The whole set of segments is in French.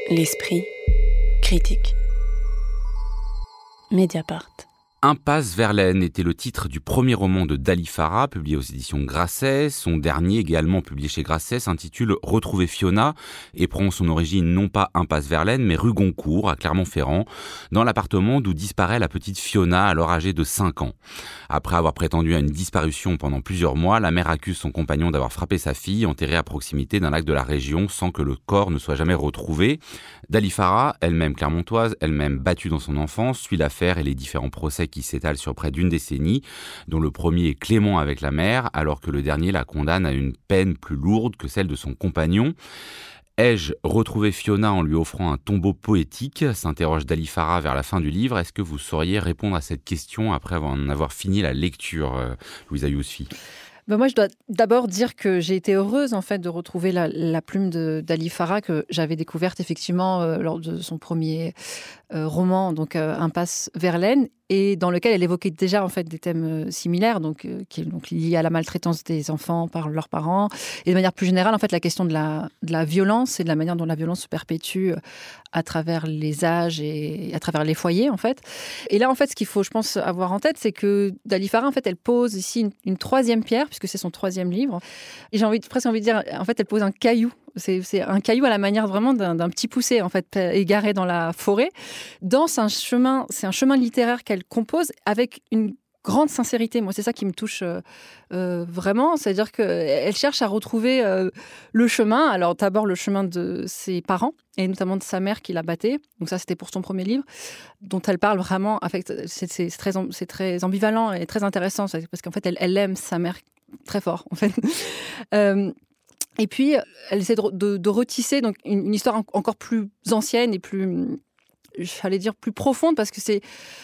L'esprit critique. Mediapart. Impasse Verlaine était le titre du premier roman de Dali Farah, publié aux éditions Grasset. Son dernier, également publié chez Grasset, s'intitule « Retrouver Fiona » et prend son origine non pas Impasse Verlaine, mais rue Goncourt, à Clermont-Ferrand, dans l'appartement d'où disparaît la petite Fiona, alors âgée de 5 ans. Après avoir prétendu à une disparition pendant plusieurs mois, la mère accuse son compagnon d'avoir frappé sa fille, enterrée à proximité d'un lac de la région, sans que le corps ne soit jamais retrouvé. Dali Farah, elle-même clermontoise, elle-même battue dans son enfance, suit l'affaire et les différents procès qui s'étalent sur près d'une décennie, dont le premier est clément avec la mère, alors que le dernier la condamne à une peine plus lourde que celle de son compagnon. Ai-je retrouvé Fiona en lui offrant un tombeau poétique ? S'interroge Dali Farah vers la fin du livre. Est-ce que vous sauriez répondre à cette question après en avoir fini la lecture, Louisa Yousfi ? Moi, je dois d'abord dire que j'ai été heureuse en fait de retrouver la plume de Dali Farah que j'avais découverte effectivement lors de son premier roman, donc Impasse Verlaine, et dans lequel elle évoquait déjà en fait des thèmes similaires, qui est donc liés à la maltraitance des enfants par leurs parents, et de manière plus générale en fait la question de la violence et de la manière dont la violence se perpétue à travers les âges et à travers les foyers en fait. Et là en fait ce qu'il faut je pense avoir en tête, c'est que Dali Farah en fait elle pose ici une troisième pierre, puisque c'est son troisième livre, et j'ai presque envie de dire en fait elle pose un caillou. C'est un caillou à la manière vraiment d'un petit poussé en fait égaré dans la forêt. C'est un chemin littéraire qu'elle compose avec une grande sincérité. Moi, c'est ça qui me touche vraiment. C'est-à-dire qu'elle cherche à retrouver le chemin. Alors, d'abord, le chemin de ses parents, et notamment de sa mère qui la battait. Donc ça, c'était pour son premier livre, dont elle parle vraiment. C'est très ambivalent et très intéressant, parce qu'en fait, elle aime sa mère très fort, en fait. Et puis, elle essaie de retisser donc, une histoire encore plus ancienne et plus, j'allais dire, plus profonde, parce que c'est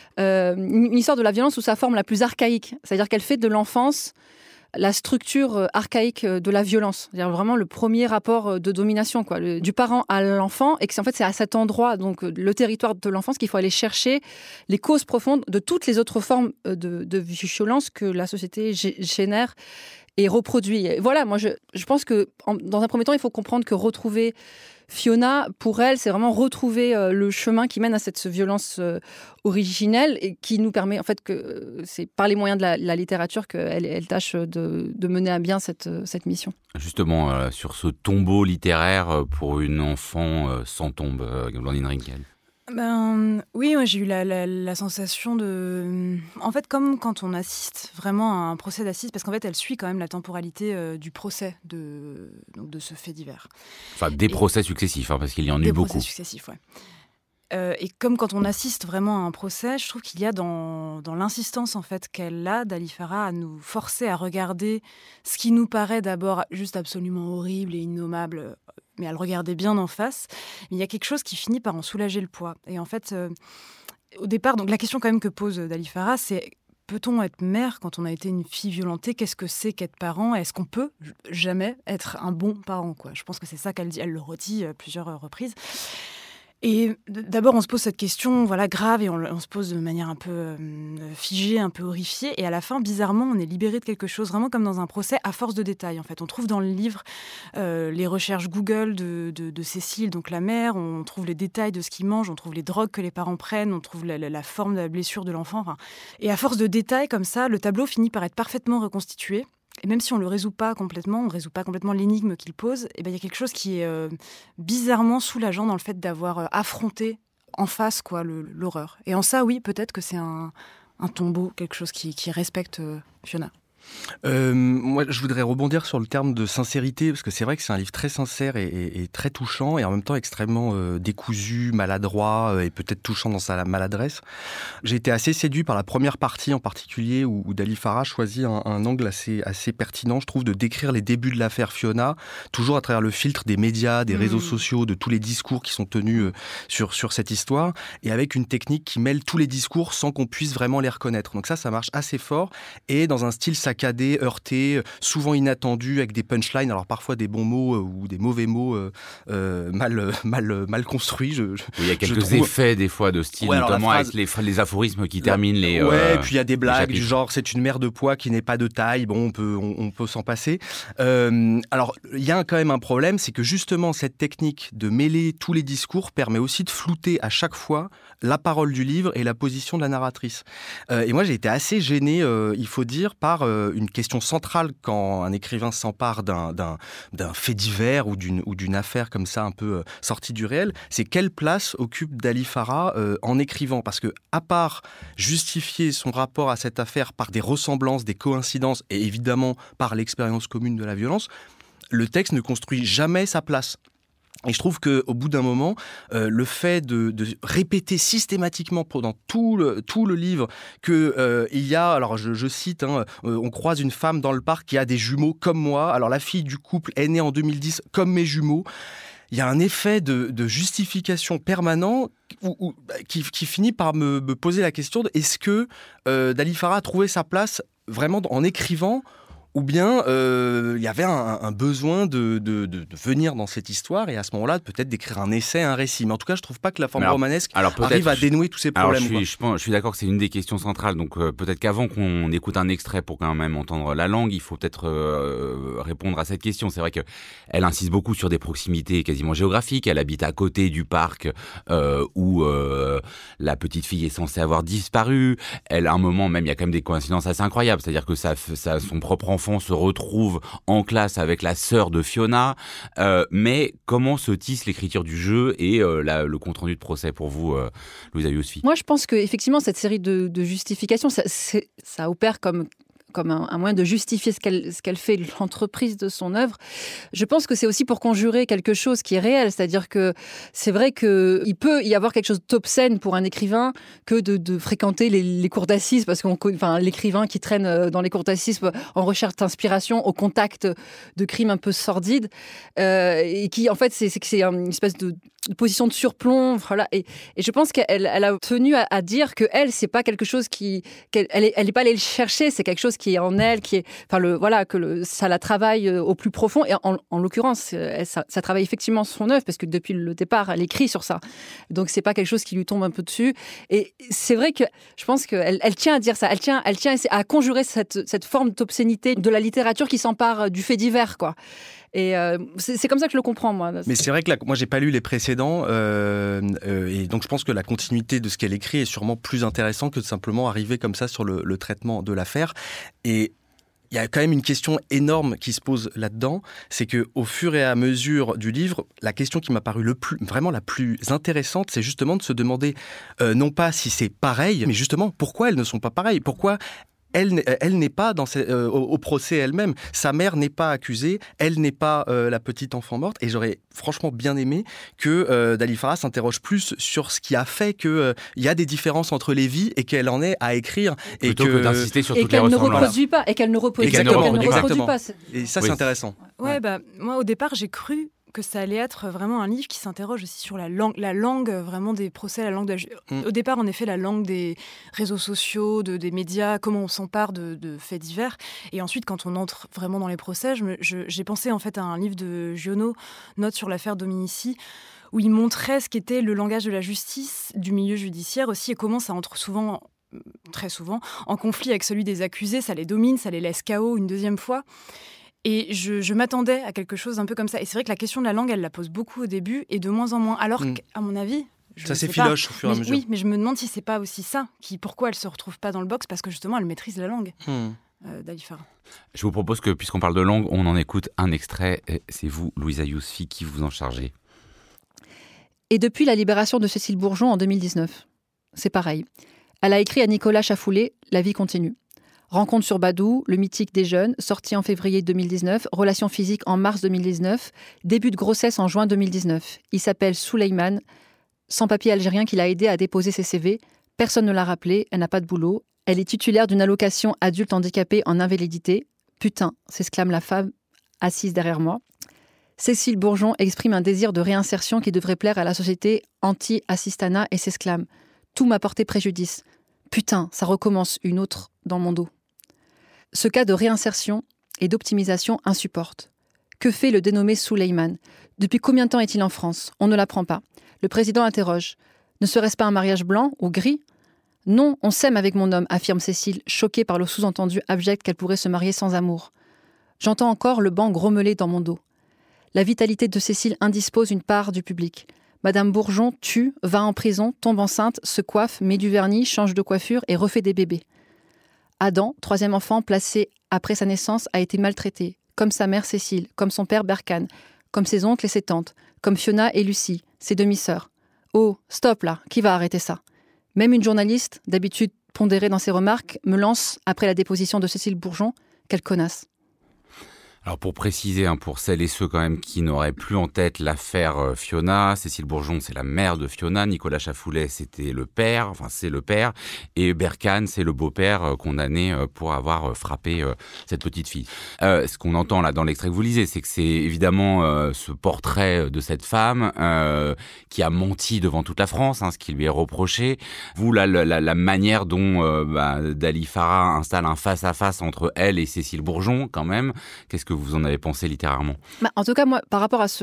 une histoire de la violence sous sa forme la plus archaïque. C'est-à-dire qu'elle fait de l'enfance la structure archaïque de la violence. C'est-à-dire vraiment le premier rapport de domination, du parent à l'enfant, et que c'est à cet endroit, donc le territoire de l'enfance, qu'il faut aller chercher les causes profondes de toutes les autres formes de violence que la société génère et reproduit. Et voilà, moi je pense que dans un premier temps, il faut comprendre que retrouver Fiona, pour elle, c'est vraiment retrouver le chemin qui mène à cette violence originelle, et qui nous permet, en fait, que c'est par les moyens de la littérature qu'elle tâche de mener à bien cette mission. Justement, sur ce tombeau littéraire pour une enfant sans tombe, Blandine Rinkel. Oui, moi, j'ai eu la sensation de... En fait, comme quand on assiste vraiment à un procès d'assises, parce qu'en fait, elle suit quand même la temporalité du procès de ce fait divers. Enfin, procès successifs, parce qu'il y en a eu beaucoup. Des procès successifs, ouais. Et comme quand on assiste vraiment à un procès, je trouve qu'il y a dans l'insistance en fait qu'elle a, Dali Farah, à nous forcer à regarder ce qui nous paraît d'abord juste absolument horrible et innommable, mais à le regarder bien en face. Mais il y a quelque chose qui finit par en soulager le poids. Et en fait, au départ, donc la question quand même que pose Dali Farah, c'est: peut-on être mère quand on a été une fille violentée ? Qu'est-ce que c'est qu'être parent ? Est-ce qu'on peut jamais être un bon parent, quoi ? Je pense que c'est ça qu'elle dit. Elle le redit plusieurs reprises. Et d'abord, on se pose cette question grave, et on se pose de manière un peu figée, un peu horrifiée. Et à la fin, bizarrement, on est libéré de quelque chose, vraiment comme dans un procès, à force de détails. En fait, on trouve dans le livre les recherches Google de Cécile, donc la mère. On trouve les détails de ce qu'ils mangent, on trouve les drogues que les parents prennent, on trouve la forme de la blessure de l'enfant. Et à force de détails comme ça, le tableau finit par être parfaitement reconstitué. Et même si on ne le résout pas complètement, l'énigme qu'il pose, il y a quelque chose qui est bizarrement soulageant dans le fait d'avoir affronté en face l'horreur. Et en ça, oui, peut-être que c'est un tombeau, quelque chose qui respecte Fiona. Moi, je voudrais rebondir sur le terme de sincérité, parce que c'est vrai que c'est un livre très sincère et très touchant, et en même temps extrêmement décousu, maladroit, et peut-être touchant dans sa maladresse. J'ai été assez séduit par la première partie en particulier, où Dali Farah choisit un angle assez pertinent, je trouve, de décrire les débuts de l'affaire Fiona, toujours à travers le filtre des médias, des réseaux sociaux, de tous les discours qui sont tenus sur cette histoire, et avec une technique qui mêle tous les discours sans qu'on puisse vraiment les reconnaître. Donc ça marche assez fort, et dans un style sacré saccadé, heurté, souvent inattendu, avec des punchlines, alors parfois des bons mots ou des mauvais mots mal construits. Il y a quelques effets des fois de style, notamment avec les aphorismes qui terminent les... Ouais, puis il y a des blagues du genre « c'est une mère de poids qui n'est pas de taille », bon, on peut s'en passer. Alors, il y a quand même un problème, c'est que justement, cette technique de mêler tous les discours permet aussi de flouter à chaque fois la parole du livre et la position de la narratrice. Et moi, j'ai été assez gêné, il faut dire, par une question centrale quand un écrivain s'empare d'un fait divers ou d'une affaire comme ça, un peu sortie du réel, c'est quelle place occupe Dali Farah en écrivant. Parce que, à part justifier son rapport à cette affaire par des ressemblances, des coïncidences, et évidemment par l'expérience commune de la violence, le texte ne construit jamais sa place. Et je trouve qu'au bout d'un moment, le fait de répéter systématiquement pendant tout le livre qu'il y a, alors je cite, on croise une femme dans le parc qui a des jumeaux comme moi, alors la fille du couple est née en 2010 comme mes jumeaux. Il y a un effet de justification permanent qui finit par me poser la question de est-ce que Dali Farah a trouvé sa place vraiment en écrivant, ou bien il y avait un besoin de venir dans cette histoire et à ce moment-là peut-être d'écrire un essai, un récit. Mais en tout cas, je trouve pas que la forme romanesque arrive à dénouer tous ces problèmes. Je suis d'accord que c'est une des questions centrales. Donc peut-être qu'avant qu'on écoute un extrait pour quand même entendre la langue, il faut peut-être répondre à cette question. C'est vrai qu'elle insiste beaucoup sur des proximités quasiment géographiques. Elle habite à côté du parc où la petite fille est censée avoir disparu. Elle, à un moment même, il y a quand même des coïncidences assez incroyables. C'est-à-dire que son propre enfant se retrouve en classe avec la sœur de Fiona, mais comment se tisse l'écriture du jeu et le compte-rendu de procès pour vous, Louisa Yousfi? Moi, je pense qu'effectivement, cette série de justifications, ça opère comme un moyen de justifier ce qu'elle fait, l'entreprise de son œuvre. Je pense que c'est aussi pour conjurer quelque chose qui est réel, c'est-à-dire que c'est vrai qu'il peut y avoir quelque chose d'obscène pour un écrivain que de fréquenter les cours d'assises, parce que l'écrivain qui traîne dans les cours d'assises en recherche d'inspiration au contact de crimes un peu sordides, et qui en fait c'est une espèce de position de surplomb, voilà. Et je pense qu'elle a tenu à dire que elle, c'est pas quelque chose qu'elle est pas allée le chercher, c'est quelque chose qui est en elle, ça la travaille au plus profond. Et en l'occurrence, ça travaille effectivement son œuvre, parce que depuis le départ, elle écrit sur ça. Donc c'est pas quelque chose qui lui tombe un peu dessus. Et c'est vrai que je pense qu'elle tient à dire ça. Elle tient à conjurer cette forme d'obscénité de la littérature qui s'empare du fait divers, quoi. Et c'est comme ça que je le comprends, moi. Mais c'est vrai que moi, j'ai pas lu les précédents, et donc je pense que la continuité de ce qu'elle écrit est sûrement plus intéressant que de simplement arriver comme ça sur le traitement de l'affaire. Et il y a quand même une question énorme qui se pose là-dedans, c'est qu'au fur et à mesure du livre, la question qui m'a paru vraiment la plus intéressante, c'est justement de se demander, non pas si c'est pareil, mais justement pourquoi elles ne sont pas pareilles, pourquoi elle n'est pas au procès elle-même. Sa mère n'est pas accusée, elle n'est pas la petite enfant morte. Et j'aurais franchement bien aimé que Dali Farah s'interroge plus sur ce qui a fait qu'il y a des différences entre les vies et qu'elle en ait à écrire. Plutôt que d'insister sur toutes les ressemblances. Et qu'elle ne reproduit pas. Et ça, c'est intéressant. Ouais. Moi, au départ, j'ai cru que ça allait être vraiment un livre qui s'interroge aussi sur la langue vraiment des procès, la langue Au départ, en effet, la langue des réseaux sociaux, des médias, comment on s'empare de faits divers. Et ensuite, quand on entre vraiment dans les procès, j'ai pensé en fait à un livre de Giono, Notes sur l'affaire Dominici, où il montrait ce qu'était le langage de la justice, du milieu judiciaire aussi, et comment ça entre très souvent, en conflit avec celui des accusés, ça les domine, ça les laisse KO une deuxième fois. Et je m'attendais à quelque chose un peu comme ça. Et c'est vrai que la question de la langue, elle la pose beaucoup au début et de moins en moins. Alors qu'à mon avis... Ça s'effiloche au fur et à mesure. Oui, mais je me demande si c'est pas aussi ça. Pourquoi elle se retrouve pas dans le box, parce que justement, elle maîtrise la langue. Dali Farah. Je vous propose que, puisqu'on parle de langue, on en écoute un extrait. Et c'est vous, Louisa Yousfi, qui vous en chargez. Et depuis la libération de Cécile Bourgeon en 2019, c'est pareil. Elle a écrit à Nicolas Chafoulé « La vie continue ». Rencontre sur Badou, le mythique des jeunes, sorti en février 2019, relation physique en mars 2019, début de grossesse en juin 2019. Il s'appelle Souleymane, sans-papier algérien qui l'a aidé à déposer ses CV. Personne ne l'a rappelé, elle n'a pas de boulot. Elle est titulaire d'une allocation adulte handicapé en invalidité. Putain, s'exclame la femme assise derrière moi. Cécile Bourgeon exprime un désir de réinsertion qui devrait plaire à la société anti-assistana et s'exclame « Tout m'a porté préjudice. Putain, ça recommence une autre dans mon dos. » Ce cas de réinsertion et d'optimisation insupporte. Que fait le dénommé Souleymane ? Depuis combien de temps est-il en France ? On ne l'apprend pas. Le président interroge. Ne serait-ce pas un mariage blanc ou gris ? Non, on s'aime avec mon homme, affirme Cécile, choquée par le sous-entendu abject qu'elle pourrait se marier sans amour. J'entends encore le banc grommeler dans mon dos. La vitalité de Cécile indispose une part du public. Madame Bourgeon tue, va en prison, tombe enceinte, se coiffe, met du vernis, change de coiffure et refait des bébés. Adam, 3e enfant placé après sa naissance, a été maltraité, comme sa mère Cécile, comme son père Berkane, comme ses oncles et ses tantes, comme Fiona et Lucie, ses demi-sœurs. Oh, stop là, qui va arrêter ça ? Même une journaliste, d'habitude pondérée dans ses remarques, me lance, après la déposition de Cécile Bourgeon, quelle connasse. Alors pour préciser, pour celles et ceux quand même qui n'auraient plus en tête l'affaire Fiona, Cécile Bourgeon c'est la mère de Fiona, Nicolas Chafoulet c'était le père, c'est le père, et Berkane c'est le beau-père condamné pour avoir frappé cette petite fille. Ce qu'on entend là dans l'extrait que vous lisez, c'est que c'est évidemment ce portrait de cette femme qui a menti devant toute la France, ce qui lui est reproché. Vous, la manière dont Dali Farah installe un face-à-face entre elle et Cécile Bourgeon quand même, qu'est-ce que vous en avez pensé littéralement ? En tout cas, moi, par rapport à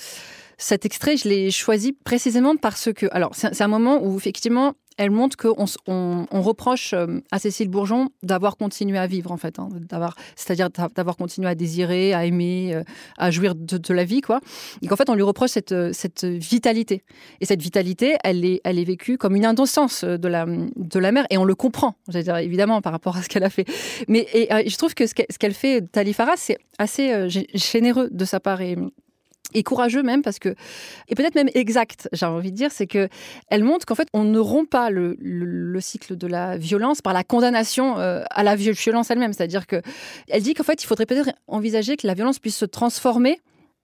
cet extrait, je l'ai choisi précisément parce que... Alors, c'est un moment où, effectivement, elle montre qu'on reproche à Cécile Bourgeon d'avoir continué à vivre, en fait. C'est-à-dire d'avoir continué à désirer, à aimer, à jouir de la vie, quoi. Et qu'en fait, on lui reproche cette vitalité. Et cette vitalité, elle est vécue comme une indocence de la mère. Et on le comprend, c'est-à-dire, évidemment, par rapport à ce qu'elle a fait. Mais je trouve que ce qu'elle fait, Dali Farah, c'est assez généreux de sa part et courageux même, parce que, et peut-être même exact, j'ai envie de dire, c'est qu'elle montre qu'en fait, on ne rompt pas le cycle de la violence par la condamnation à la violence elle-même. C'est-à-dire qu'elle dit qu'en fait, il faudrait peut-être envisager que la violence puisse se transformer.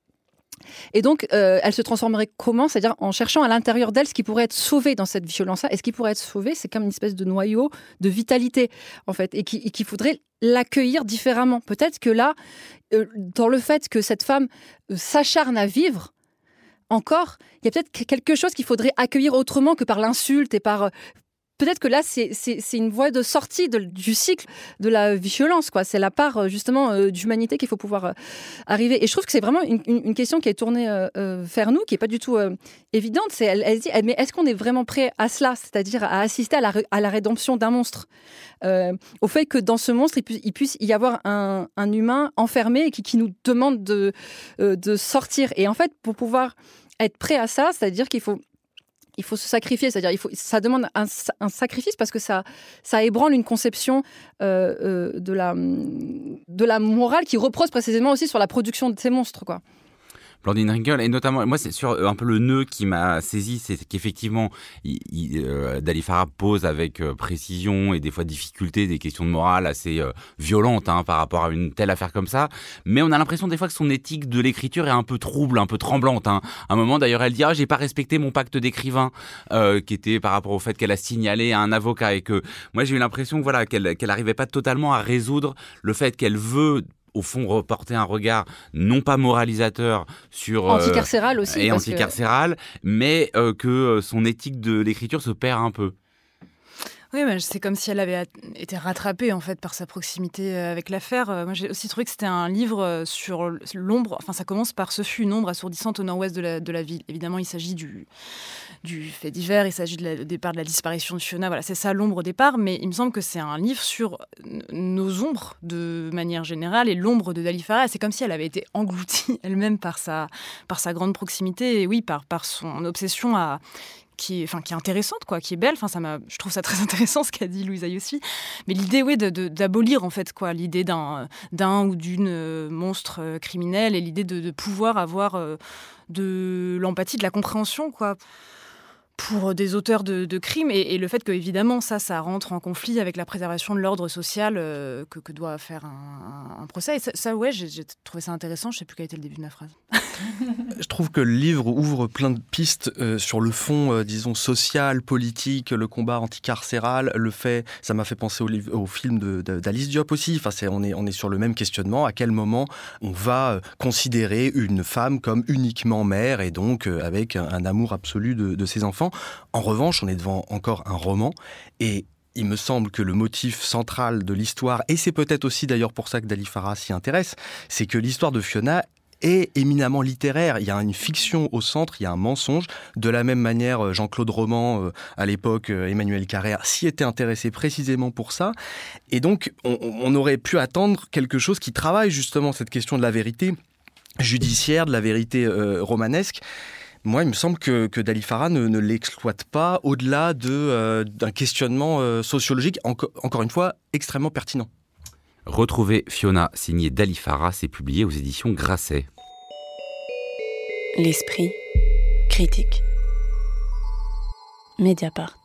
Et donc, elle se transformerait comment ? C'est-à-dire en cherchant à l'intérieur d'elle ce qui pourrait être sauvé dans cette violence-là. Et ce qui pourrait être sauvé, c'est comme une espèce de noyau de vitalité, en fait, et qu'il faudrait l'accueillir différemment. Peut-être que là, dans le fait que cette femme s'acharne à vivre, encore, il y a peut-être quelque chose qu'il faudrait accueillir autrement que par l'insulte et par... Peut-être que là, c'est une voie de sortie du cycle de la violence, quoi. C'est la part, justement, d'humanité qu'il faut pouvoir arriver. Et je trouve que c'est vraiment une question qui est tournée vers nous, qui n'est pas du tout évidente. Elle dit, mais est-ce qu'on est vraiment prêt à cela ? C'est-à-dire à assister à la rédemption d'un monstre, au fait que dans ce monstre, il puisse y avoir un humain enfermé et qui nous demande de sortir. Et en fait, pour pouvoir être prêt à ça, c'est-à-dire qu'il faut se sacrifier, c'est-à-dire ça demande un sacrifice parce que ça ébranle une conception de la morale qui repose précisément aussi sur la production de ces monstres, quoi. Blandine Rinkel, et notamment, moi, c'est sur un peu le nœud qui m'a saisi, c'est qu'effectivement, Dali Farah pose avec précision et des fois difficulté des questions de morale assez violentes par rapport à une telle affaire comme ça, mais on a l'impression des fois que son éthique de l'écriture est un peu trouble, un peu tremblante. À un moment, d'ailleurs, elle dit « j'ai pas respecté mon pacte d'écrivain », qui était par rapport au fait qu'elle a signalé à un avocat, et que moi, j'ai eu l'impression qu'elle arrivait pas totalement à résoudre le fait qu'elle veut au fond reporter un regard non pas moralisateur sur anticarcéral aussi et anticarcéral, mais que son éthique de l'écriture se perd un peu. Oui, mais c'est comme si elle avait été rattrapée en fait par sa proximité avec l'affaire. Moi, j'ai aussi trouvé que c'était un livre sur l'ombre. Enfin, ça commence par « Ce fut une ombre assourdissante au nord-ouest de la ville ». Évidemment, il s'agit du fait divers, il s'agit au départ de la disparition de Fiona. Voilà, c'est ça l'ombre au départ. Mais il me semble que c'est un livre sur nos ombres de manière générale, et l'ombre de Dali Farah. C'est comme si elle avait été engloutie elle-même par sa grande proximité, et oui, par son obsession qui est intéressante, quoi, qui est belle. Je trouve ça très intéressant ce qu'a dit Louisa Yosfi. Mais l'idée, oui, d'abolir en fait, quoi, l'idée d'un ou d'une monstre criminel, et l'idée de pouvoir avoir de l'empathie, de la compréhension, quoi, pour des auteurs de crimes, et le fait que, évidemment, ça rentre en conflit avec la préservation de l'ordre social que doit faire un procès. Et ça, ouais, j'ai trouvé ça intéressant. Je ne sais plus quel était le début de ma phrase. Je trouve que le livre ouvre plein de pistes sur le fond, disons, social, politique, le combat anticarcéral, ça m'a fait penser au film d'Alice Diop aussi. Enfin, on est sur le même questionnement. À quel moment on va considérer une femme comme uniquement mère, et donc avec un amour absolu de ses enfants. En revanche, on est devant encore un roman, et il me semble que le motif central de l'histoire, et c'est peut-être aussi d'ailleurs pour ça que Dali Farah s'y intéresse, c'est que l'histoire de Fiona est éminemment littéraire. Il y a une fiction au centre, il y a un mensonge. De la même manière, Jean-Claude Roman, à l'époque, Emmanuel Carrère, s'y était intéressé précisément pour ça. Et donc, on aurait pu attendre quelque chose qui travaille justement cette question de la vérité judiciaire, de la vérité romanesque. Moi, il me semble que Dali Farah ne l'exploite pas au-delà d'un questionnement sociologique, encore une fois, extrêmement pertinent. Retrouver Fiona, signée Dali Farah, c'est publié aux éditions Grasset. L'esprit critique. Mediapart.